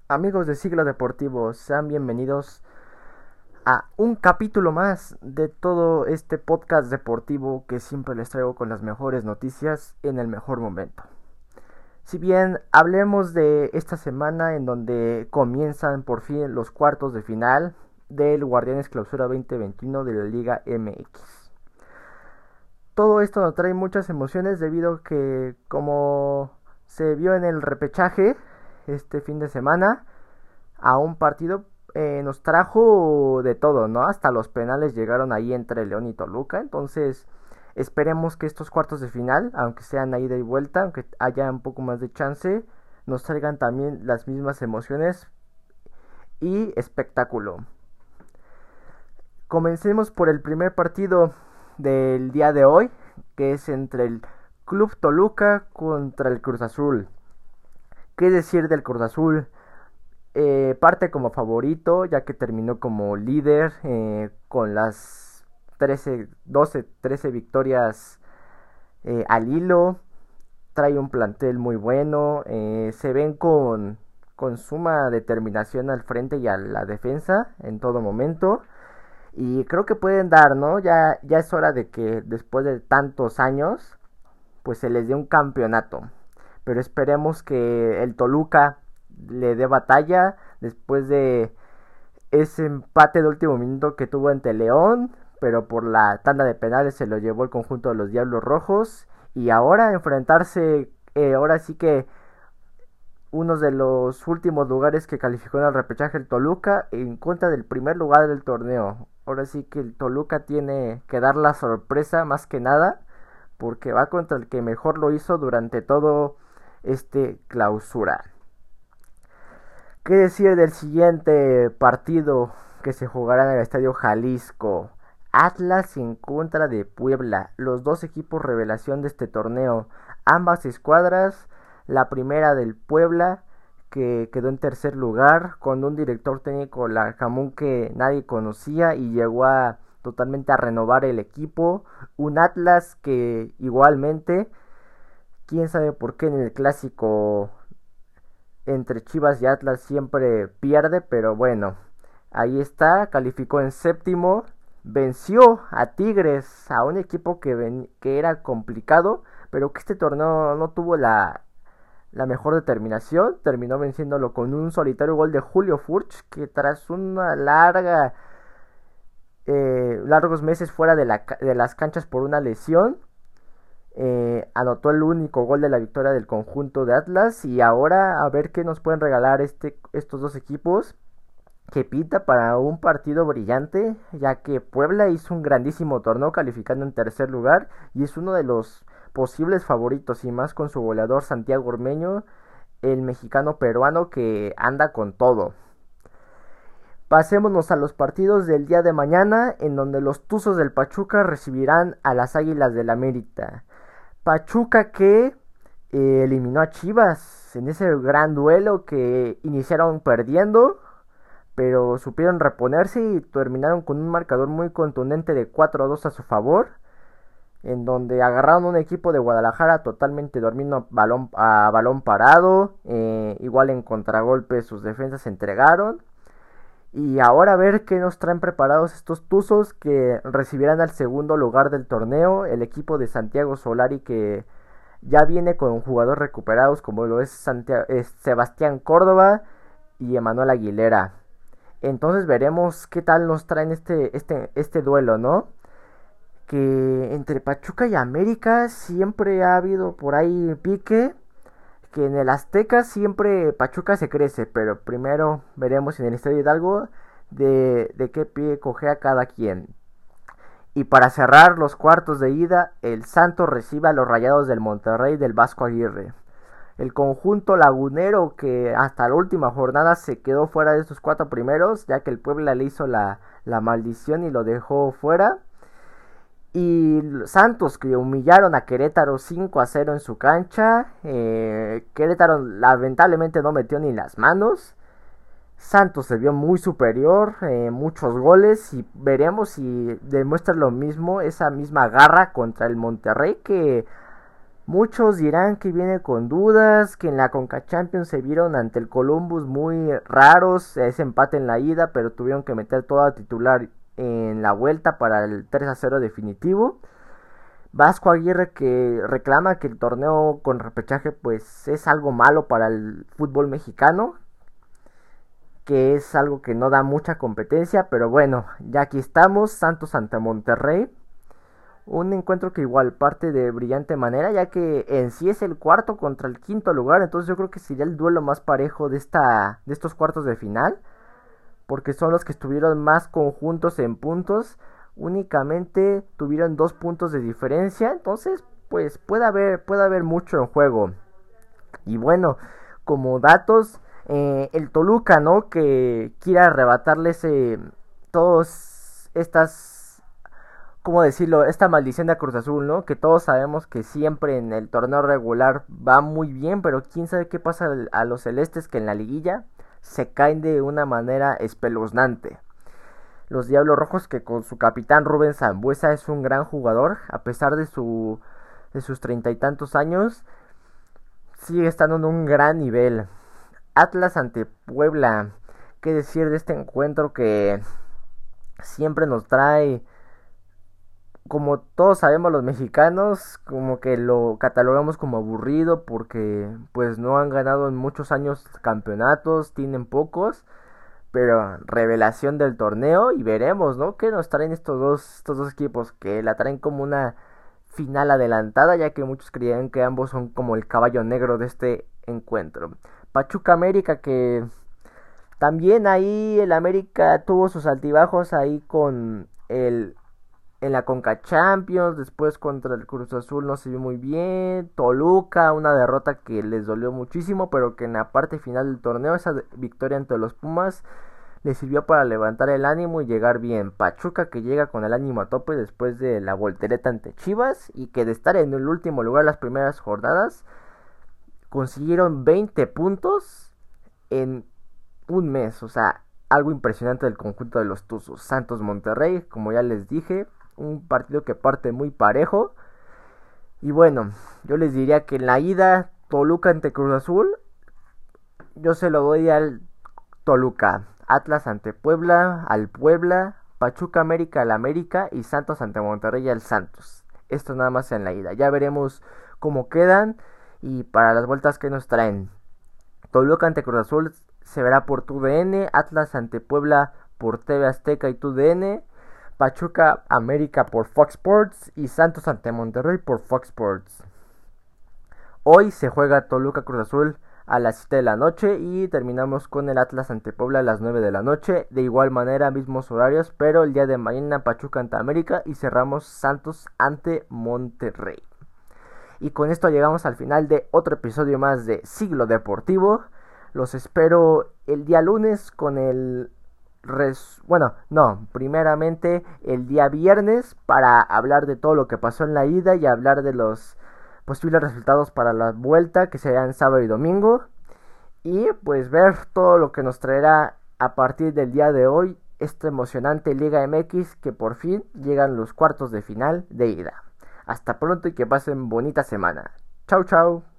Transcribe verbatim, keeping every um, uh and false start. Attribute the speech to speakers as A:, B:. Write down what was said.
A: Amigos de Siglo Deportivo, sean bienvenidos a un capítulo más de todo este podcast deportivo que siempre les traigo con las mejores noticias en el mejor momento. Si bien hablemos de esta semana en donde comienzan por fin los cuartos de final del Guardianes Clausura veinte veintiuno de la Liga M X. Todo esto nos trae muchas emociones debido a que, como se vio en el repechaje este fin de semana, a un partido eh, nos trajo de todo, ¿no? Hasta los penales llegaron ahí entre León y Toluca. Entonces esperemos que estos cuartos de final, aunque sean a ida y vuelta, aunque haya un poco más de chance, nos traigan también las mismas emociones y espectáculo. Comencemos por el primer partido del día de hoy, que es entre el Club Toluca contra el Cruz Azul. ¿Qué decir del Cruz Azul? Eh, parte como favorito, ya que terminó como líder eh, con las trece, doce, trece victorias eh, al hilo. Trae un plantel muy bueno, eh, se ven con, con suma determinación al frente y a la defensa en todo momento. Y creo que pueden dar, ¿no? Ya, ya es hora de que después de tantos años, pues se les dé un campeonato. Pero esperemos que el Toluca le dé batalla después de ese empate de último minuto que tuvo ante León, pero por la tanda de penales se lo llevó el conjunto de los Diablos Rojos. Y ahora enfrentarse, eh, ahora sí que uno de los últimos lugares que calificó en el repechaje, el Toluca, en contra del primer lugar del torneo. Ahora sí que el Toluca tiene que dar la sorpresa más que nada, porque va contra el que mejor lo hizo durante todo este clausura. ¿Qué decir del siguiente partido que se jugará en el Estadio Jalisco? Atlas en contra de Puebla, los dos equipos revelación de este torneo. Ambas escuadras, la primera del Puebla, que quedó en tercer lugar, con un director técnico Larcamón que nadie conocía y llegó a totalmente a renovar el equipo. Un Atlas que igualmente, quién sabe por qué en el clásico entre Chivas y Atlas siempre pierde, pero bueno, ahí está, calificó en séptimo, venció a Tigres, a un equipo que, ven, que era complicado, pero que este torneo no tuvo la, la mejor determinación. Terminó venciéndolo con un solitario gol de Julio Furch, que tras una larga eh, largos meses fuera de, la, de las canchas por una lesión, Eh, anotó el único gol de la victoria del conjunto de Atlas. Y ahora a ver qué nos pueden regalar este, estos dos equipos, que pinta para un partido brillante, ya que Puebla hizo un grandísimo torneo calificando en tercer lugar y es uno de los posibles favoritos, y más con su goleador Santiago Ormeño, el mexicano peruano que anda con todo. Pasémonos a los partidos del día de mañana, en donde los Tuzos del Pachuca recibirán a las Águilas del América. Pachuca que eh, eliminó a Chivas en ese gran duelo que iniciaron perdiendo, pero supieron reponerse y terminaron con un marcador muy contundente de cuatro a dos a su favor, en donde agarraron un equipo de Guadalajara totalmente dormido balón, a balón parado. Eh, igual en contragolpe sus defensas se entregaron. Y ahora a ver qué nos traen preparados estos Tuzos, que recibirán al segundo lugar del torneo, el equipo de Santiago Solari, que ya viene con jugadores recuperados como lo es, Santiago, es Sebastián Córdoba y Emanuel Aguilera. Entonces veremos qué tal nos traen este, este, este duelo, ¿no? Que entre Pachuca y América siempre ha habido por ahí pique, que en el Azteca siempre Pachuca se crece, pero primero veremos en el Estadio Hidalgo de, de qué pie coge a cada quien. Y para cerrar los cuartos de ida, el Santos recibe a los Rayados del Monterrey del Vasco Aguirre. El conjunto lagunero que hasta la última jornada se quedó fuera de estos cuatro primeros, ya que el Puebla le hizo la, la maldición y lo dejó fuera. Y Santos, que humillaron a Querétaro cinco a cero en su cancha. eh, Querétaro lamentablemente no metió ni las manos. Santos se vio muy superior, eh, muchos goles, y veremos si demuestra lo mismo, esa misma garra contra el Monterrey, que Muchos dirán que viene con dudas, que en la Conca Champions se vieron ante el Columbus muy raros, ese empate en la ida, pero tuvieron que meter todo a titular en la vuelta para el tres a cero definitivo. Vasco Aguirre, que reclama que el torneo con repechaje pues es algo malo para el fútbol mexicano, que es algo que no da mucha competencia, pero bueno, ya aquí estamos, Santos ante Monterrey. Un encuentro que igual parte de brillante manera, ya que en sí es el cuarto contra el quinto lugar, entonces yo creo que sería el duelo más parejo de esta de estos cuartos de final, porque son los que estuvieron más conjuntos en puntos, únicamente tuvieron dos puntos de diferencia, entonces pues puede haber puede haber mucho en juego. Y bueno, como datos, eh, el Toluca, ¿no? Que quiere arrebatarles eh, todos estas, ¿cómo decirlo? Esta maldición de Cruz Azul, ¿no? Que todos sabemos que siempre en el torneo regular va muy bien, pero quién sabe qué pasa a los celestes, que en la liguilla se caen de una manera espeluznante. Los Diablos Rojos, que con su capitán Rubén Sambuesa es un gran jugador, a pesar de su de sus treinta y tantos años, sigue estando en un gran nivel. Atlas ante Puebla, qué decir de este encuentro que siempre nos trae, como todos sabemos los mexicanos, como que lo catalogamos como aburrido porque pues no han ganado en muchos años campeonatos, tienen pocos, pero revelación del torneo, y veremos, ¿no? ¿Qué nos traen estos dos, estos dos equipos? Que la traen como una final adelantada, ya que muchos creían que ambos son como el caballo negro de este encuentro. Pachuca América, que también ahí el América tuvo sus altibajos ahí con el en la Conca Champions, después contra el Cruz Azul no se vio muy bien, Toluca, una derrota que les dolió muchísimo, pero que en la parte final del torneo, esa victoria ante los Pumas, les sirvió para levantar el ánimo y llegar bien. Pachuca, que llega con el ánimo a tope después de la voltereta ante Chivas, y que de estar en el último lugar las primeras jornadas, consiguieron veinte puntos en un mes, o sea, algo impresionante del conjunto de los Tuzos. Santos Monterrey, como ya les dije, un partido que parte muy parejo. Y bueno, yo les diría que en la ida Toluca ante Cruz Azul, yo se lo doy al Toluca. Atlas ante Puebla, al Puebla. Pachuca América al América. Y Santos ante Monterrey al Santos. Esto nada más en la ida. Ya veremos cómo quedan y para las vueltas que nos traen. Toluca ante Cruz Azul se verá por T U D N. Atlas ante Puebla por T V Azteca y T U D N. Pachuca América por Fox Sports y Santos ante Monterrey por Fox Sports. Hoy se juega Toluca Cruz Azul a las siete de la noche y terminamos con el Atlas ante Puebla a las nueve de la noche. De igual manera, mismos horarios, pero el día de mañana Pachuca ante América y cerramos Santos ante Monterrey. Y con esto llegamos al final de otro episodio más de Siglo Deportivo. Los espero el día lunes con el Res... Bueno, no, primeramente el día viernes para hablar de todo lo que pasó en la ida y hablar de los posibles resultados para la vuelta, que serán sábado y domingo, y pues ver todo lo que nos traerá a partir del día de hoy esta emocionante Liga M X, que por fin llegan los cuartos de final de ida. Hasta pronto y que pasen bonita semana. Chau chau.